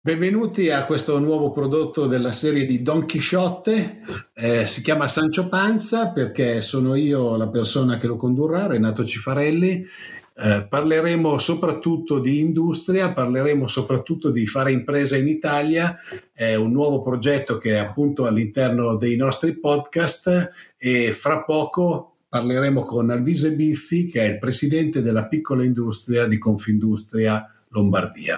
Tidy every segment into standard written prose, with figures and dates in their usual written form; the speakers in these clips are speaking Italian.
Benvenuti a questo nuovo prodotto della serie di Don Chisciotte. Si chiama Sancio Panza perché sono io la persona che lo condurrà, Renato Cifarelli. Parleremo soprattutto di industria, parleremo soprattutto di fare impresa in Italia. È un nuovo progetto che è appunto all'interno dei nostri podcast e fra poco parleremo con Alvise Biffi, che è il presidente della piccola industria di Confindustria Lombardia.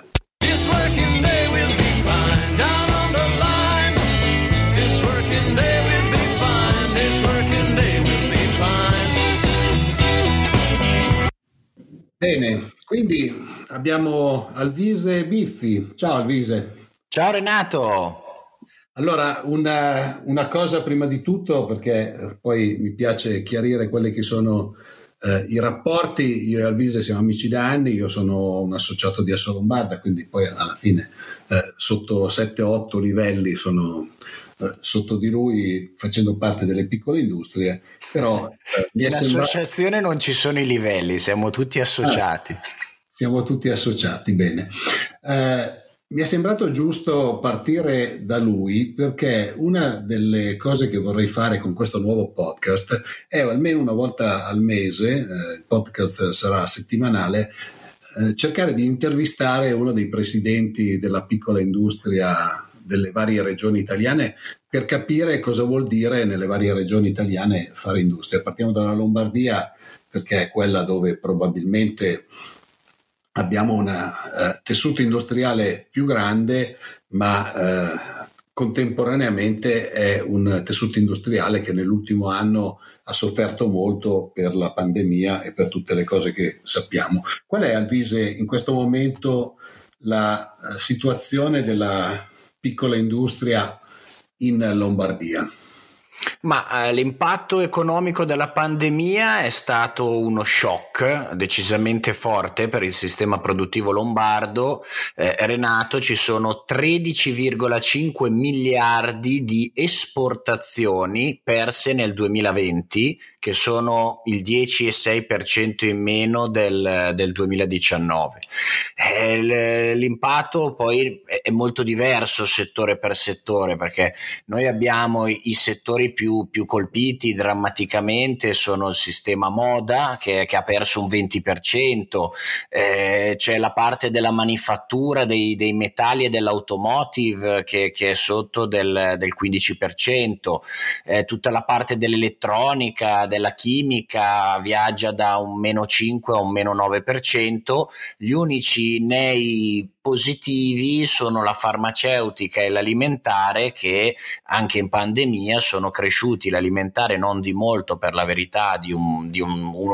Bene, quindi abbiamo Alvise Biffi. Ciao Alvise. Ciao Renato. Allora, una cosa prima di tutto, perché poi mi piace chiarire quelli che sono i rapporti. Io e Alvise siamo amici da anni, io sono un associato di Assolombarda, quindi poi alla fine sotto 7-8 livelli sono sotto di lui facendo parte delle piccole industrie, però in associazione non ci sono i livelli, siamo tutti associati. Siamo tutti associati, bene. Mi è sembrato giusto partire da lui perché una delle cose che vorrei fare con questo nuovo podcast è almeno una volta al mese, il podcast sarà settimanale, cercare di intervistare uno dei presidenti della piccola industria delle varie regioni italiane per capire cosa vuol dire nelle varie regioni italiane fare industria. Partiamo dalla Lombardia perché è quella dove probabilmente abbiamo un tessuto industriale più grande, ma contemporaneamente è un tessuto industriale che nell'ultimo anno ha sofferto molto per la pandemia e per tutte le cose che sappiamo. Qual è, Alvise, in questo momento la situazione della piccola industria in Lombardia? Ma l'impatto economico della pandemia è stato uno shock decisamente forte per il sistema produttivo lombardo. Renato, ci sono 13,5 miliardi di esportazioni perse nel 2020, che sono il 10,6% in meno del 2019. L'impatto poi è molto diverso settore per settore, perché noi abbiamo i settori più colpiti drammaticamente sono il sistema moda che ha perso un 20%, c'è la parte della manifattura dei metalli e dell'automotive che è sotto del 15%, tutta la parte dell'elettronica, della chimica viaggia da un meno 5 a un meno 9%, gli unici nei positivi sono la farmaceutica e l'alimentare, che anche in pandemia sono cresciuti, l'alimentare non di molto per la verità, di un 1%,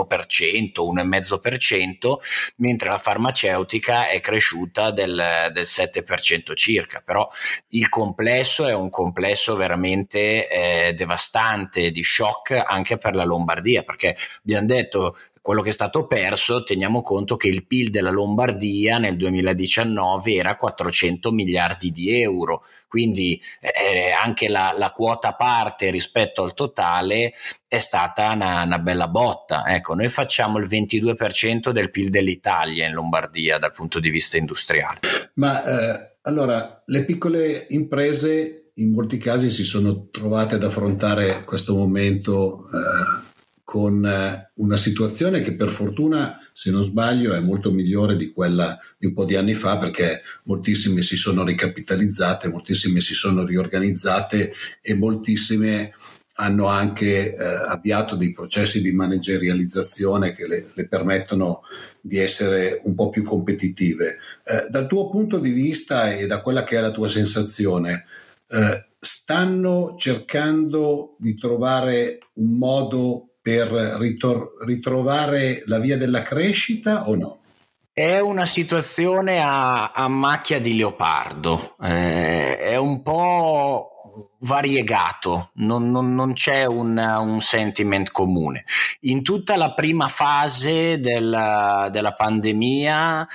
1,5%, mentre la farmaceutica è cresciuta del 7% circa. Però il complesso è un complesso veramente devastante, di shock anche per la Lombardia, perché abbiamo detto quello che è stato perso, teniamo conto che il PIL della Lombardia nel 2019 era 400 miliardi di euro, quindi anche la quota parte rispetto al totale è stata una bella botta. Ecco, noi facciamo il 22% del PIL dell'Italia in Lombardia dal punto di vista industriale. Ma allora, le piccole imprese in molti casi si sono trovate ad affrontare questo momento con una situazione che per fortuna, se non sbaglio, è molto migliore di quella di un po' di anni fa, perché moltissime si sono ricapitalizzate, moltissime si sono riorganizzate e moltissime hanno anche avviato dei processi di managerializzazione che le permettono di essere un po' più competitive. Dal tuo punto di vista e da quella che è la tua sensazione, stanno cercando di trovare un modo per ritrovare la via della crescita o no? È una situazione a macchia di leopardo, è un po' variegato, non c'è un sentiment comune. In tutta la prima fase della pandemia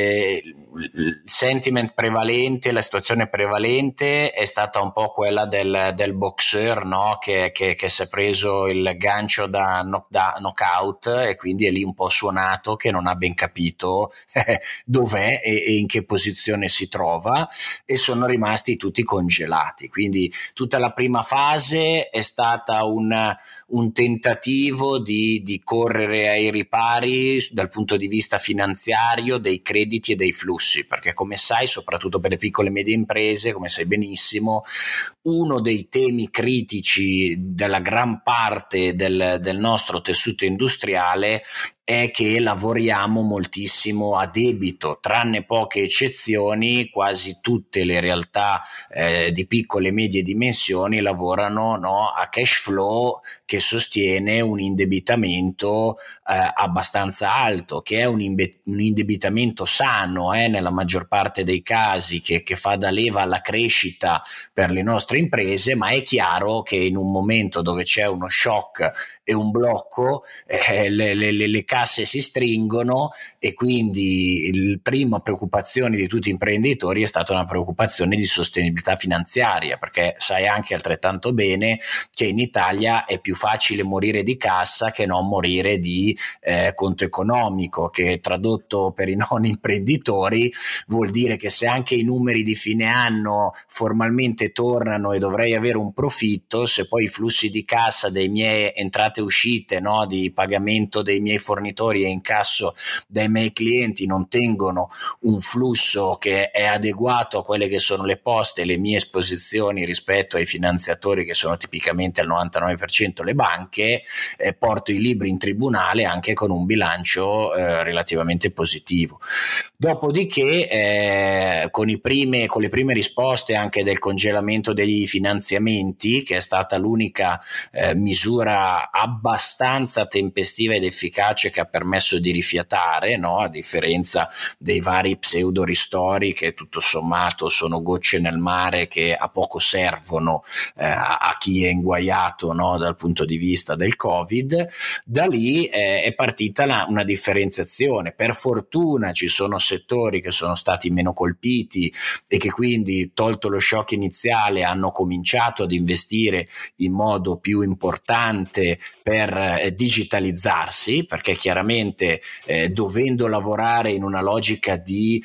il sentiment prevalente, la situazione prevalente è stata un po' quella del boxer, no? che si è preso il gancio da knockout e quindi è lì un po' suonato, che non ha ben capito dov'è e in che posizione si trova, e sono rimasti tutti congelati. Quindi tutta la prima fase è stata un tentativo di correre ai ripari dal punto di vista finanziario dei crediti e dei flussi, perché come sai, soprattutto per le piccole e medie imprese, come sai benissimo, uno dei temi critici della gran parte del nostro tessuto industriale è che lavoriamo moltissimo a debito. Tranne poche eccezioni, quasi tutte le realtà di piccole e medie dimensioni lavorano, no, a cash flow che sostiene un indebitamento abbastanza alto, che è un indebitamento sano nella maggior parte dei casi, che fa da leva alla crescita per le nostre imprese, ma è chiaro che in un momento dove c'è uno shock e un blocco, le casse si stringono, e quindi la prima preoccupazione di tutti gli imprenditori è stata una preoccupazione di sostenibilità finanziaria, perché sai anche altrettanto bene che in Italia è più facile morire di cassa che non morire di conto economico, che tradotto per i non imprenditori vuol dire che se anche i numeri di fine anno formalmente tornano e dovrei avere un profitto, se poi i flussi di cassa dei miei entrate e uscite, no, di pagamento dei miei fornitori e incasso dai miei clienti non tengono un flusso che è adeguato a quelle che sono le poste e le mie esposizioni rispetto ai finanziatori, che sono tipicamente al 99% le banche, porto i libri in tribunale anche con un bilancio relativamente positivo. Dopodiché con le prime risposte anche del congelamento dei finanziamenti, che è stata l'unica misura abbastanza tempestiva ed efficace che ha permesso di rifiatare, no? A differenza dei vari pseudo ristori che tutto sommato sono gocce nel mare che a poco servono a chi è inguaiato, no? Dal punto di vista del Covid. Da lì è partita una differenziazione. Per fortuna ci sono settori che sono stati meno colpiti e che quindi, tolto lo shock iniziale, hanno cominciato ad investire in modo più importante per digitalizzarsi, perché chiaramente dovendo lavorare in una logica di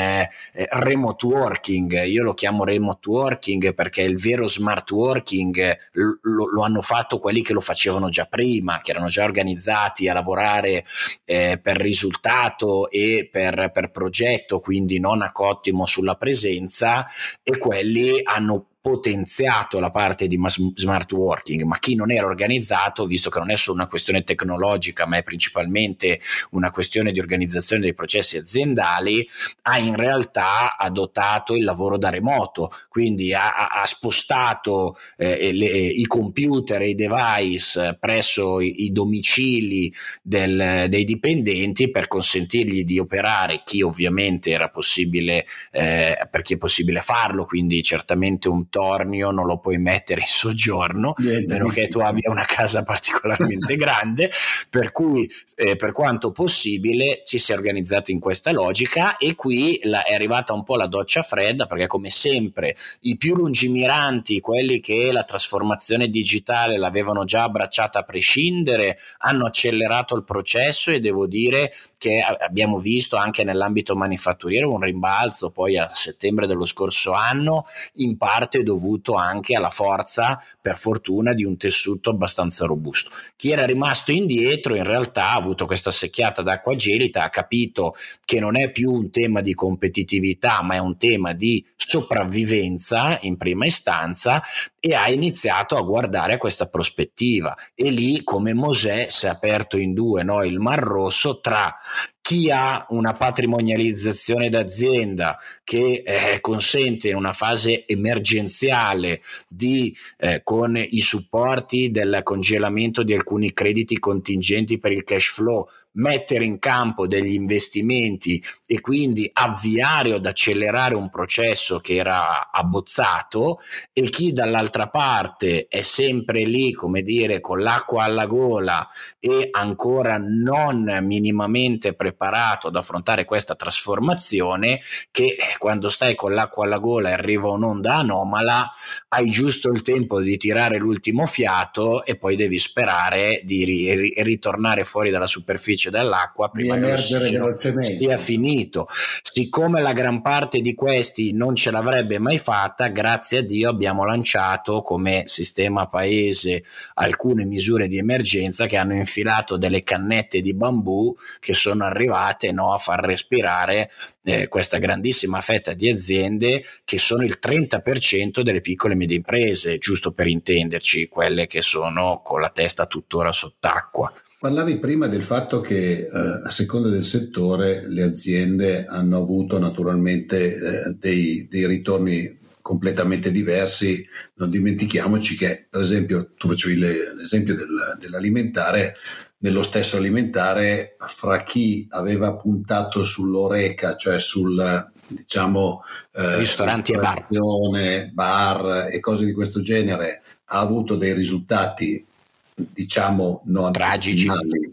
remote working, io lo chiamo remote working perché il vero smart working lo hanno fatto quelli che lo facevano già prima, che erano già organizzati a lavorare per risultato e per progetto, quindi non a cottimo sulla presenza, e quelli hanno potenziato la parte di smart working. Ma chi non era organizzato, visto che non è solo una questione tecnologica ma è principalmente una questione di organizzazione dei processi aziendali, ha in realtà adottato il lavoro da remoto, quindi ha spostato i computer e i device presso i domicili dei dipendenti per consentirgli di operare, chi ovviamente era possibile, perché è possibile farlo, quindi certamente un tornio non lo puoi mettere in soggiorno, meno che tu abbia una casa particolarmente grande, per cui per quanto possibile ci si è organizzati in questa logica. E qui è arrivata un po' la doccia fredda, perché come sempre i più lungimiranti, quelli che la trasformazione digitale l'avevano già abbracciata a prescindere, hanno accelerato il processo, e devo dire che abbiamo visto anche nell'ambito manifatturiero un rimbalzo poi a settembre dello scorso anno, in parte dovuto anche alla forza, per fortuna, di un tessuto abbastanza robusto. Chi era rimasto indietro in realtà ha avuto questa secchiata d'acqua gelida, ha capito che non è più un tema di competitività ma è un tema di sopravvivenza in prima istanza, e ha iniziato a guardare a questa prospettiva, e lì come Mosè si è aperto in due, no? Il Mar Rosso, tra chi ha una patrimonializzazione d'azienda che consente in una fase emergenziale di con i supporti del congelamento di alcuni crediti contingenti per il cash flow mettere in campo degli investimenti e quindi avviare o accelerare un processo che era abbozzato, e chi dall'altra parte è sempre lì, come dire, con l'acqua alla gola e ancora non minimamente preparato ad affrontare questa trasformazione, che quando stai con l'acqua alla gola e arriva un'onda anomala, hai giusto il tempo di tirare l'ultimo fiato e poi devi sperare di ritornare fuori dalla superficie dell'acqua prima che l'ossigeno sia finito. Siccome la gran parte di questi non ce l'avrebbe mai fatta, grazie a Dio abbiamo lanciato come sistema paese alcune misure di emergenza che hanno infilato delle cannette di bambù che sono arrivate, no, a far respirare questa grandissima fetta di aziende che sono il 30% delle piccole e medie imprese, giusto per intenderci, quelle che sono con la testa tuttora sott'acqua. Parlavi prima del fatto che a seconda del settore le aziende hanno avuto naturalmente dei ritorni completamente diversi. Non dimentichiamoci che, per esempio, tu facevi l'esempio dell'alimentare. Nello stesso alimentare, fra chi aveva puntato sull'oreca, cioè sul, diciamo, ristoranti e bar e cose di questo genere, ha avuto dei risultati, diciamo, non tragici.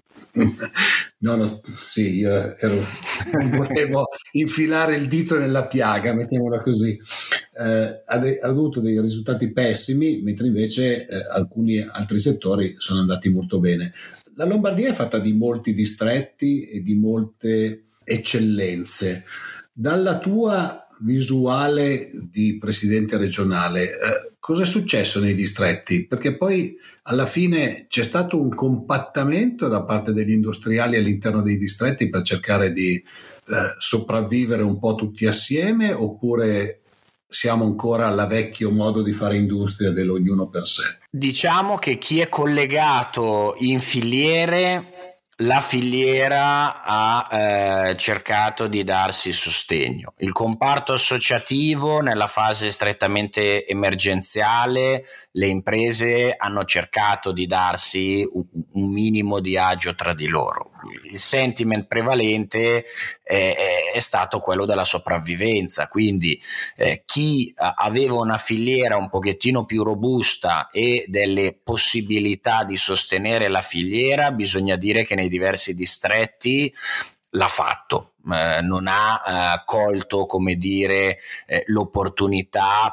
Sì, io volevo infilare il dito nella piaga, mettiamola così. Ha avuto dei risultati pessimi, mentre invece alcuni altri settori sono andati molto bene. La Lombardia è fatta di molti distretti e di molte eccellenze. Dalla tua visuale di presidente regionale, cosa è successo nei distretti? Perché poi alla fine c'è stato un compattamento da parte degli industriali all'interno dei distretti per cercare di sopravvivere un po' tutti assieme, oppure siamo ancora al vecchio modo di fare industria dell'ognuno per sé? Diciamo che chi è collegato in filiere, la filiera ha cercato di darsi sostegno. Il comparto associativo, nella fase strettamente emergenziale, le imprese hanno cercato di darsi un minimo di agio tra di loro. Il sentiment prevalente è stato quello della sopravvivenza, quindi chi aveva una filiera un pochettino più robusta e delle possibilità di sostenere la filiera, bisogna dire che nei diversi distretti l'ha fatto. Non ha colto, come dire, l'opportunità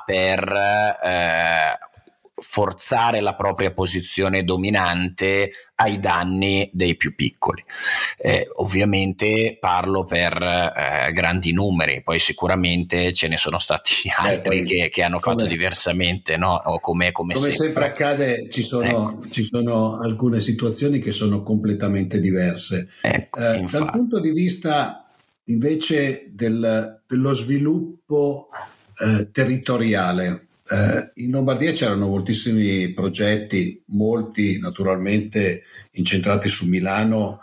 per forzare la propria posizione dominante ai danni dei più piccoli. Ovviamente parlo per grandi numeri, poi sicuramente ce ne sono stati altri che hanno fatto diversamente, no? O come sempre accade, ci sono alcune situazioni che sono completamente diverse. Dal punto di vista invece dello sviluppo territoriale, in Lombardia c'erano moltissimi progetti, molti naturalmente incentrati su Milano,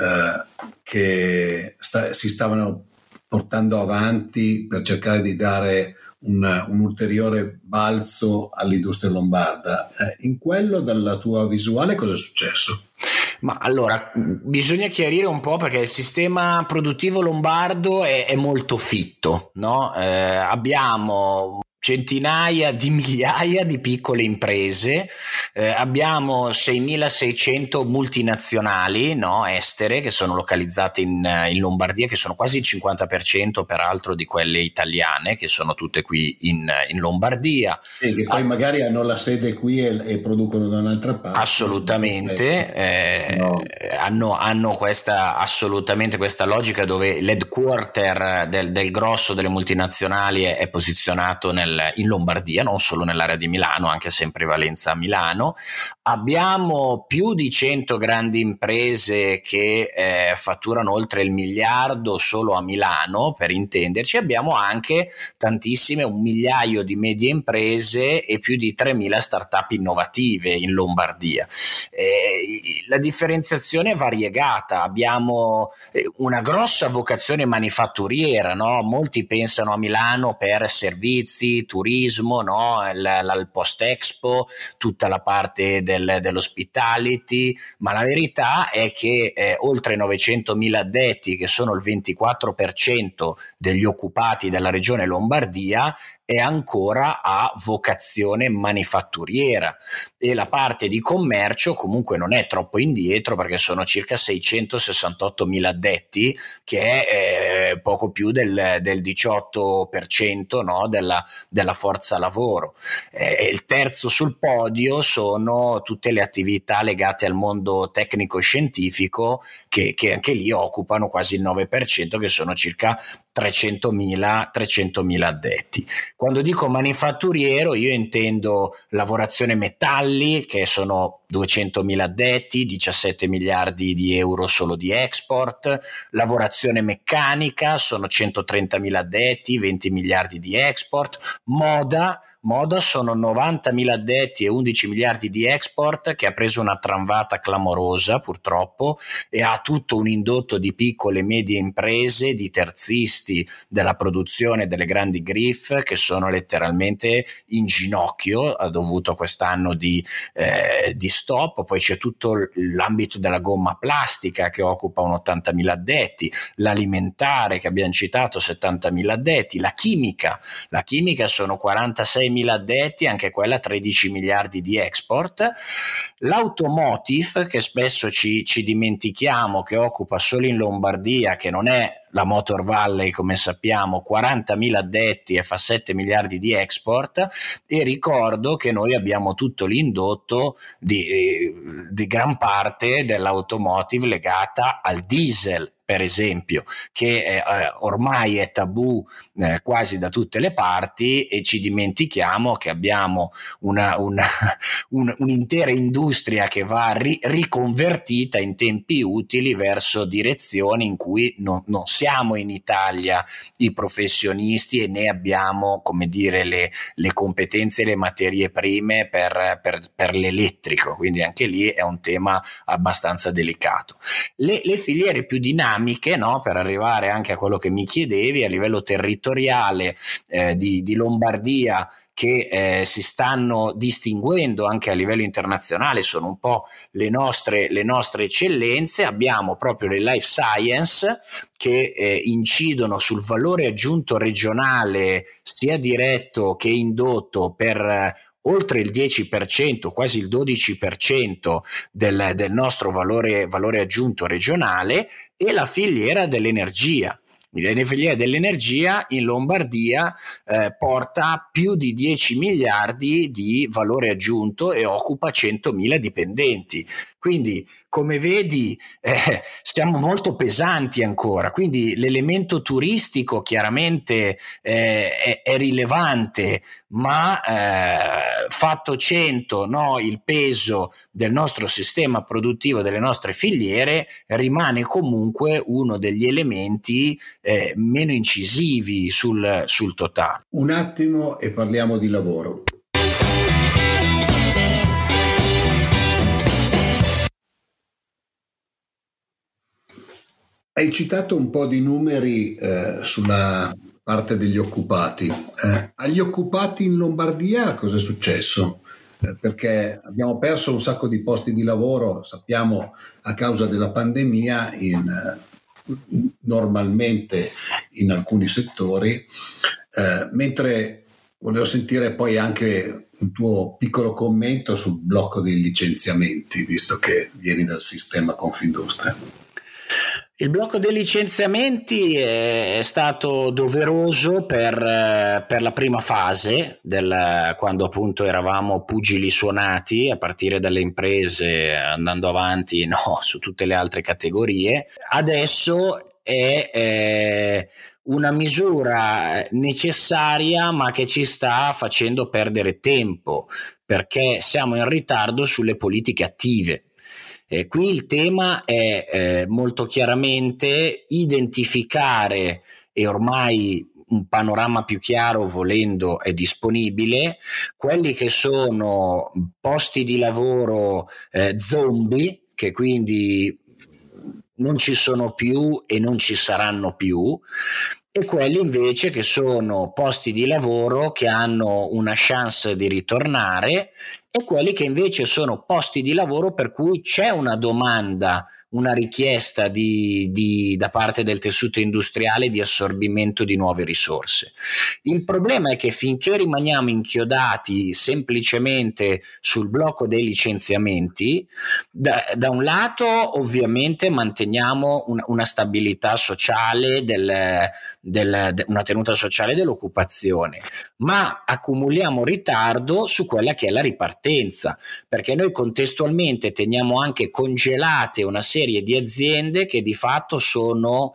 che si stavano portando avanti per cercare di dare un ulteriore balzo all'industria lombarda. In quello, dalla tua visuale, cosa è successo? Ma allora, bisogna chiarire un po', perché il sistema produttivo lombardo è molto fitto, no? Abbiamo centinaia di migliaia di piccole imprese, abbiamo 6.600 multinazionali, no, estere, che sono localizzate in Lombardia, che sono quasi il 50% peraltro di quelle italiane, che sono tutte qui in Lombardia. E che poi magari hanno la sede qui e producono da un'altra parte. Assolutamente, no. hanno assolutamente questa logica dove l'headquarter del grosso delle multinazionali è posizionato in Lombardia, non solo nell'area di Milano, anche se in prevalenza a Milano. Abbiamo più di 100 grandi imprese che fatturano oltre il miliardo solo a Milano, per intenderci. Abbiamo anche tantissime, 1 migliaio di medie imprese e più di 3.000 start-up innovative in Lombardia. La differenziazione è variegata, abbiamo una grossa vocazione manifatturiera, no? Molti pensano a Milano per servizi, viaggi, turismo, no? Il post-expo, tutta la parte dell'hospitality, ma la verità è che oltre 900.000 addetti, che sono il 24% degli occupati della regione Lombardia, è ancora a vocazione manifatturiera, e la parte di commercio comunque non è troppo indietro, perché sono circa 668.000 addetti, che è poco più del 18%, no, della forza lavoro. Il terzo sul podio sono tutte le attività legate al mondo tecnico-scientifico, che anche lì occupano quasi il 9%, che sono circa 300.000 addetti. Quando dico manifatturiero io intendo lavorazione metalli, che sono 200.000 addetti, 17 miliardi di euro solo di export, lavorazione meccanica, sono 130.000 addetti, 20 miliardi di export, moda sono 90.000 addetti e 11 miliardi di export, che ha preso una tramvata clamorosa purtroppo, e ha tutto un indotto di piccole e medie imprese, di terzisti della produzione delle grandi griff, che sono letteralmente in ginocchio dovuto a quest'anno di stop. Poi c'è tutto l'ambito della gomma plastica, che occupa un 80.000 addetti, l'alimentare, che abbiamo citato, 70.000 addetti, la chimica sono 46.000 addetti, anche quella 13 miliardi di export, l'automotive, che spesso ci dimentichiamo, che occupa solo in Lombardia, che non è la Motor Valley come sappiamo, 40.000 addetti e fa 7 miliardi di export, e ricordo che noi abbiamo tutto l'indotto di gran parte dell'automotive legata al diesel, per esempio, che ormai è tabù quasi da tutte le parti, e ci dimentichiamo che abbiamo un'intera industria che va riconvertita in tempi utili verso direzioni in cui non siamo in Italia i professionisti, e né abbiamo, come dire, le competenze e le materie prime per l'elettrico, quindi anche lì è un tema abbastanza delicato. Le filiere più dinamiche, no, per arrivare anche a quello che mi chiedevi, a livello territoriale di Lombardia, che si stanno distinguendo anche a livello internazionale, sono un po' le nostre eccellenze. Abbiamo proprio le life science, che incidono sul valore aggiunto regionale, sia diretto che indotto, per oltre il 10%, quasi il 12% del nostro valore aggiunto regionale, e la filiera dell'energia. La filiera dell'energia in Lombardia porta più di 10 miliardi di valore aggiunto e occupa 100.000 dipendenti. Quindi, come vedi, siamo molto pesanti ancora. Quindi l'elemento turistico chiaramente è rilevante, ma fatto 100, no, il peso del nostro sistema produttivo, delle nostre filiere, rimane comunque uno degli elementi meno incisivi sul totale. Un attimo e parliamo di lavoro. Hai citato un po' di numeri sulla parte degli occupati. Agli occupati in Lombardia cosa è successo? Perché abbiamo perso un sacco di posti di lavoro, sappiamo, a causa della pandemia, normalmente in alcuni settori, mentre volevo sentire poi anche un tuo piccolo commento sul blocco dei licenziamenti, visto che vieni dal sistema Confindustria. Il blocco dei licenziamenti è stato doveroso per la prima fase, quando appunto eravamo pugili suonati, a partire dalle imprese, andando avanti su tutte le altre categorie. Adesso è una misura necessaria, ma che ci sta facendo perdere tempo, perché siamo in ritardo sulle politiche attive. Qui il tema è molto chiaramente identificare, e ormai un panorama più chiaro, volendo, è disponibile, quelli che sono posti di lavoro zombie, che quindi non ci sono più e non ci saranno più, e quelli invece che sono posti di lavoro che hanno una chance di ritornare, e quelli che invece sono posti di lavoro per cui c'è una domanda, una richiesta da parte del tessuto industriale di assorbimento di nuove risorse. Il problema è che finché rimaniamo inchiodati semplicemente sul blocco dei licenziamenti, da un lato ovviamente manteniamo una stabilità sociale, una tenuta sociale dell'occupazione, ma accumuliamo ritardo su quella che è la ripartenza, perché noi contestualmente teniamo anche congelate una serie di aziende che di fatto sono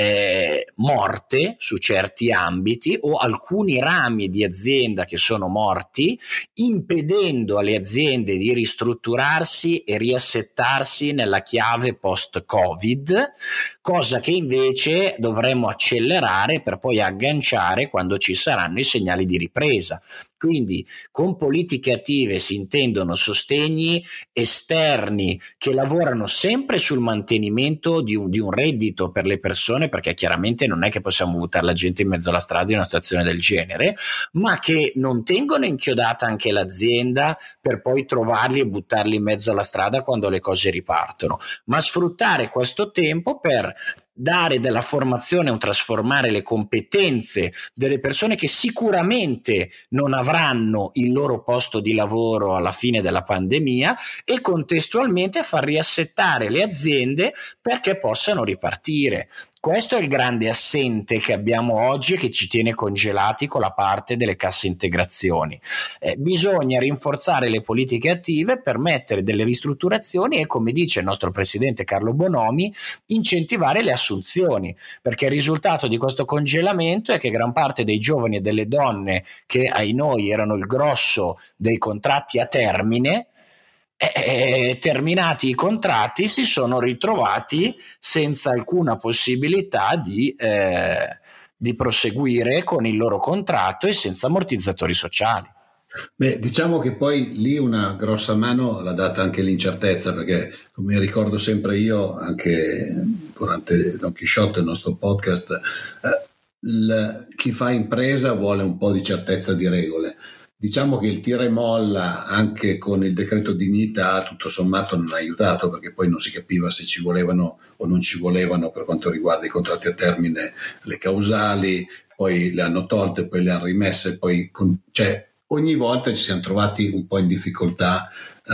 morte su certi ambiti, o alcuni rami di azienda che sono morti, impedendo alle aziende di ristrutturarsi e riassettarsi nella chiave post-Covid, cosa che invece dovremmo accelerare per poi agganciare quando ci saranno i segnali di ripresa. Quindi con politiche attive si intendono sostegni esterni che lavorano sempre sul mantenimento di un reddito per le persone, perché chiaramente non è che possiamo buttare la gente in mezzo alla strada in una situazione del genere, ma che non tengono inchiodata anche l'azienda per poi trovarli e buttarli in mezzo alla strada quando le cose ripartono, ma sfruttare questo tempo per dare della formazione o trasformare le competenze delle persone che sicuramente non avranno il loro posto di lavoro alla fine della pandemia, e contestualmente far riassettare le aziende perché possano ripartire. Questo è il grande assente che abbiamo oggi e che ci tiene congelati con la parte delle casse integrazioni. Bisogna rinforzare le politiche attive, permettere delle ristrutturazioni e, come dice il nostro presidente Carlo Bonomi, incentivare le assunzioni, perché il risultato di questo congelamento è che gran parte dei giovani e delle donne che ai noi erano il grosso dei contratti a termine, terminati i contratti si sono ritrovati senza alcuna possibilità di proseguire con il loro contratto e senza ammortizzatori sociali. Beh, diciamo che poi lì una grossa mano l'ha data anche l'incertezza, perché come ricordo sempre io, anche durante Don Chisciotte, il nostro podcast, chi fa impresa vuole un po' di certezza di regole. Diciamo che il tira e molla anche con il decreto dignità tutto sommato non ha aiutato, perché poi non si capiva se ci volevano o non ci volevano per quanto riguarda i contratti a termine, le causali, poi le hanno tolte, poi le hanno rimesse, poi ogni volta ci siamo trovati un po' in difficoltà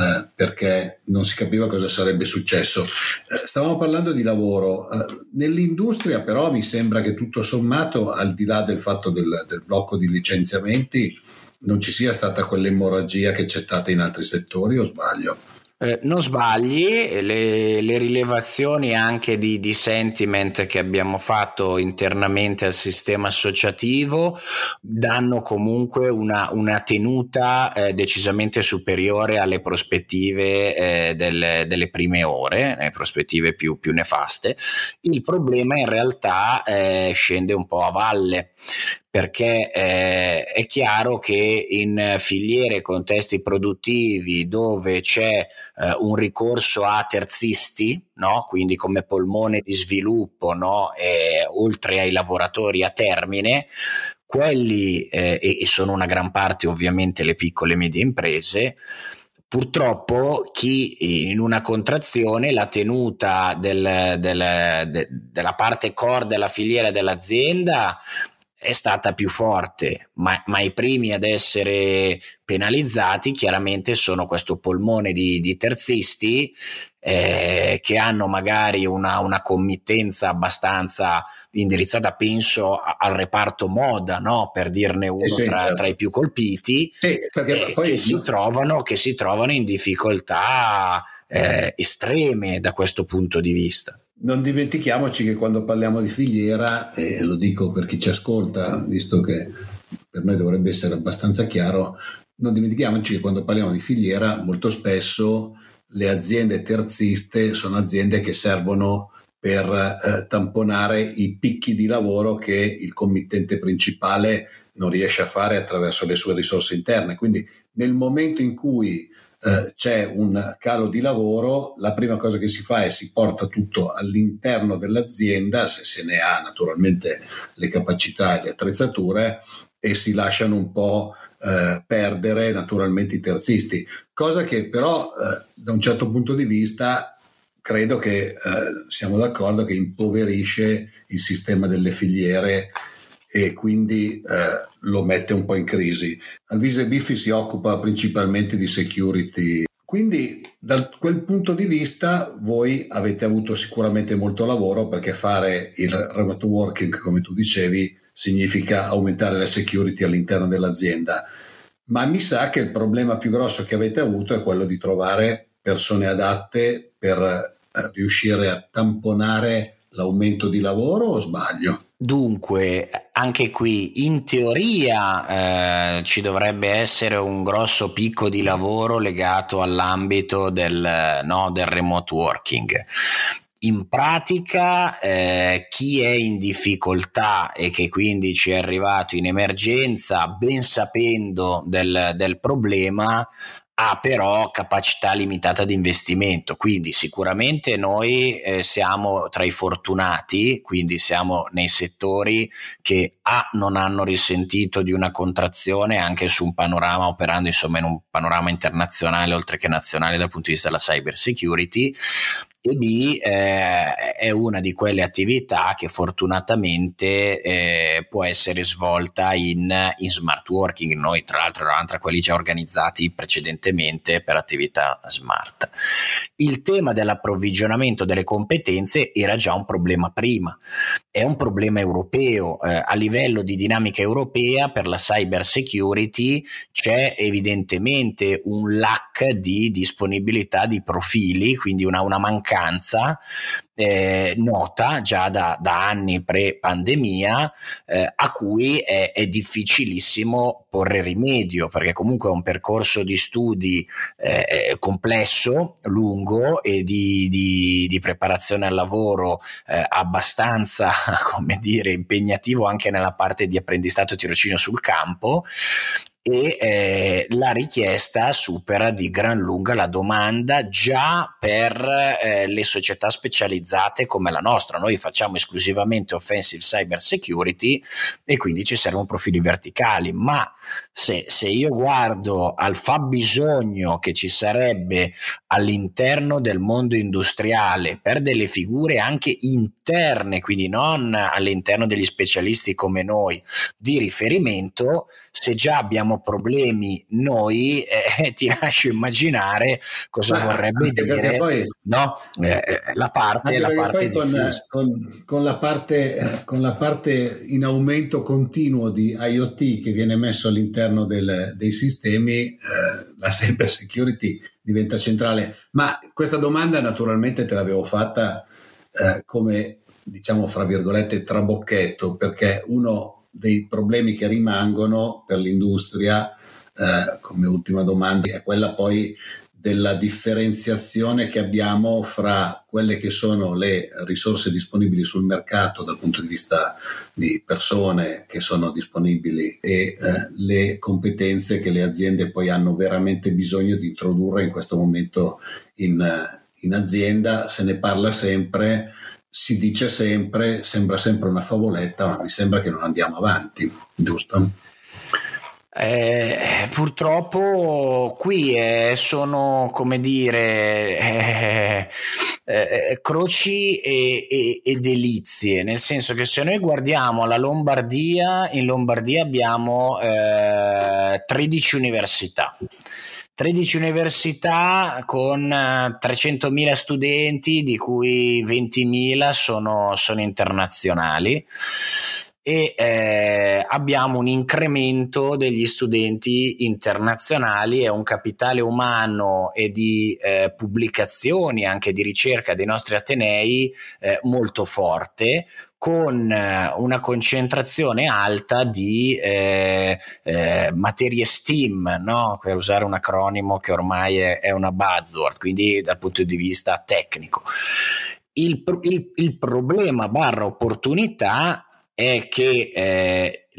perché non si capiva cosa sarebbe successo. Stavamo parlando di lavoro. Nell'industria però mi sembra che tutto sommato, al di là del fatto del blocco di licenziamenti, non ci sia stata quell'emorragia che c'è stata in altri settori, o sbaglio? Non sbagli, le rilevazioni anche di sentiment che abbiamo fatto internamente al sistema associativo danno comunque una tenuta decisamente superiore alle prospettive delle prime ore, le prospettive più nefaste. Il problema in realtà scende un po' a valle, perché è chiaro che in filiere e contesti produttivi dove c'è un ricorso a terzisti, no? Quindi come polmone di sviluppo, no? Oltre ai lavoratori a termine, quelli e sono una gran parte ovviamente le piccole e medie imprese. Purtroppo chi in una contrazione la tenuta della parte core della filiera dell'azienda è stata più forte, ma i primi ad essere penalizzati chiaramente sono questo polmone di terzisti che hanno magari una committenza abbastanza indirizzata, penso al reparto moda, no? Per dirne uno tra i più colpiti, perché poi che si trovano in difficoltà estreme da questo punto di vista. Non dimentichiamoci che quando parliamo di filiera, e lo dico per chi ci ascolta, visto che per noi dovrebbe essere abbastanza chiaro, non dimentichiamoci che quando parliamo di filiera molto spesso le aziende terziste sono aziende che servono per tamponare i picchi di lavoro che il committente principale non riesce a fare attraverso le sue risorse interne. Quindi nel momento in cui c'è un calo di lavoro, la prima cosa che si fa è si porta tutto all'interno dell'azienda, se ne ha naturalmente le capacità e le attrezzature, e si lasciano un po' perdere naturalmente i terzisti, cosa che però da un certo punto di vista credo che siamo d'accordo che impoverisce il sistema delle filiere e quindi lo mette un po' in crisi. Alvise Biffi si occupa principalmente di security, quindi da quel punto di vista voi avete avuto sicuramente molto lavoro, perché fare il remote working, come tu dicevi, significa aumentare la security all'interno dell'azienda, ma mi sa che il problema più grosso che avete avuto è quello di trovare persone adatte per riuscire a tamponare l'aumento di lavoro, o sbaglio? Dunque, anche qui in teoria ci dovrebbe essere un grosso picco di lavoro legato all'ambito del remote working. In pratica chi è in difficoltà e che quindi ci è arrivato in emergenza, ben sapendo del problema, ha però capacità limitata di investimento, quindi sicuramente noi siamo tra i fortunati, quindi siamo nei settori che non hanno risentito di una contrazione anche su un panorama, operando insomma in un panorama internazionale oltre che nazionale dal punto di vista della cyber security, e B è una di quelle attività che fortunatamente può essere svolta in smart working. Noi tra l'altro eravamo tra quelli già organizzati precedentemente per attività smart. Il tema dell'approvvigionamento delle competenze era già un problema prima, è un problema europeo, a livello di dinamica europea per la cyber security c'è evidentemente un lack di disponibilità di profili, quindi una mancanza nota già da anni pre-pandemia, a cui è difficilissimo porre rimedio, perché comunque è un percorso di studi complesso, lungo e di preparazione al lavoro abbastanza, come dire, impegnativo anche nella parte di apprendistato e tirocinio sul campo, e la richiesta supera di gran lunga la domanda già per le società specializzate come la nostra. Noi facciamo esclusivamente offensive cyber security e quindi ci servono profili verticali, ma se io guardo al fabbisogno che ci sarebbe all'interno del mondo industriale per delle figure anche interne, quindi non all'interno degli specialisti come noi, di riferimento, se già abbiamo problemi noi, ti lascio immaginare cosa vorrebbe dire poi, la parte difficile. Con la parte in aumento continuo di IoT che viene messo all'interno dei sistemi, la cyber security diventa centrale. Ma questa domanda naturalmente te l'avevo fatta come, diciamo, fra virgolette, trabocchetto, perché uno dei problemi che rimangono per l'industria, come ultima domanda, è quella poi della differenziazione che abbiamo fra quelle che sono le risorse disponibili sul mercato dal punto di vista di persone che sono disponibili e le competenze che le aziende poi hanno veramente bisogno di introdurre in questo momento in azienda. Se ne parla sempre, si dice sempre, sembra sempre una favoletta, ma mi sembra che non andiamo avanti, giusto? Purtroppo qui sono, come dire, croci e delizie, nel senso che se noi guardiamo la Lombardia, in Lombardia abbiamo 13 università. 13 università con 300.000 studenti, di cui 20.000 sono internazionali, e abbiamo un incremento degli studenti internazionali e un capitale umano e di pubblicazioni, anche di ricerca dei nostri atenei molto forte, con una concentrazione alta di materie STEAM, no? Per usare un acronimo che ormai è una buzzword, quindi dal punto di vista tecnico. Il problema / opportunità è che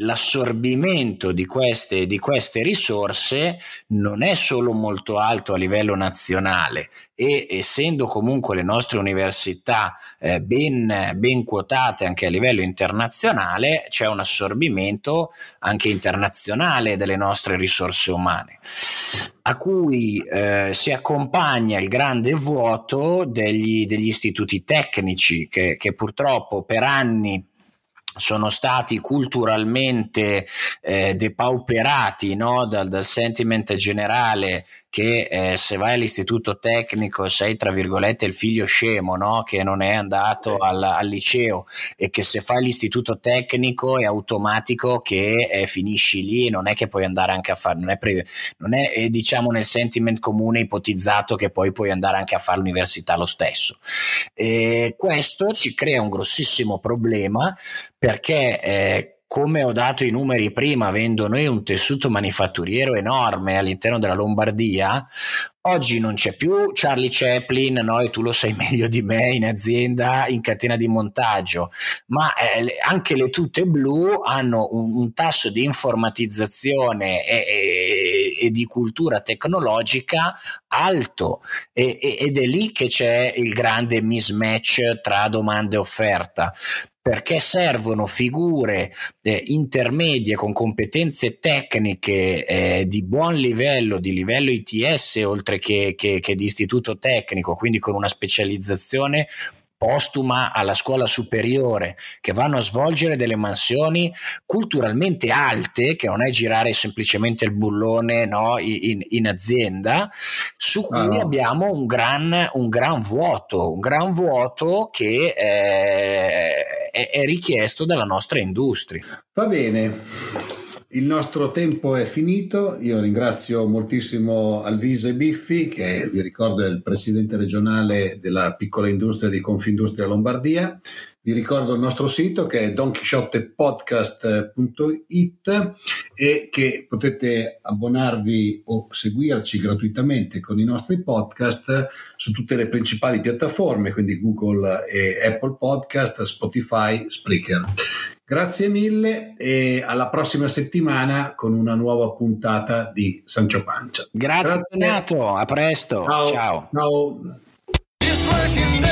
l'assorbimento di queste risorse non è solo molto alto a livello nazionale, e essendo comunque le nostre università ben quotate anche a livello internazionale, c'è un assorbimento anche internazionale delle nostre risorse umane, a cui si accompagna il grande vuoto degli istituti tecnici che purtroppo per anni sono stati culturalmente depauperati, no? dal sentiment generale che se vai all'istituto tecnico sei tra virgolette il figlio scemo, no? Che non è andato al liceo, e che se fai l'istituto tecnico è automatico che finisci lì, non è che puoi andare anche a fare, non è diciamo nel sentiment comune ipotizzato che poi puoi andare anche a fare l'università lo stesso. Questo ci crea un grossissimo problema, perché come ho dato i numeri prima, avendo noi un tessuto manifatturiero enorme all'interno della Lombardia, oggi non c'è più Charlie Chaplin, no? E tu lo sai meglio di me, in azienda, in catena di montaggio, ma anche le tute blu hanno un tasso di informatizzazione e di cultura tecnologica alto, ed è lì che c'è il grande mismatch tra domanda e offerta, perché servono figure intermedie con competenze tecniche di buon livello, di livello ITS oltre che di istituto tecnico, quindi con una specializzazione postuma alla scuola superiore, che vanno a svolgere delle mansioni culturalmente alte, che non è girare semplicemente il bullone, no, in azienda, su cui abbiamo un gran vuoto che è richiesto dalla nostra industria. Va bene. Il nostro tempo è finito. Io ringrazio moltissimo Alvise Biffi, che vi ricordo è il presidente regionale della piccola industria di Confindustria Lombardia. Vi ricordo il nostro sito che è donchisciottepodcast.it e che potete abbonarvi o seguirci gratuitamente con i nostri podcast su tutte le principali piattaforme, quindi Google e Apple Podcast, Spotify, Spreaker. Grazie mille e alla prossima settimana con una nuova puntata di Sancio Pancia. Grazie Renato, a presto. Ciao. Ciao.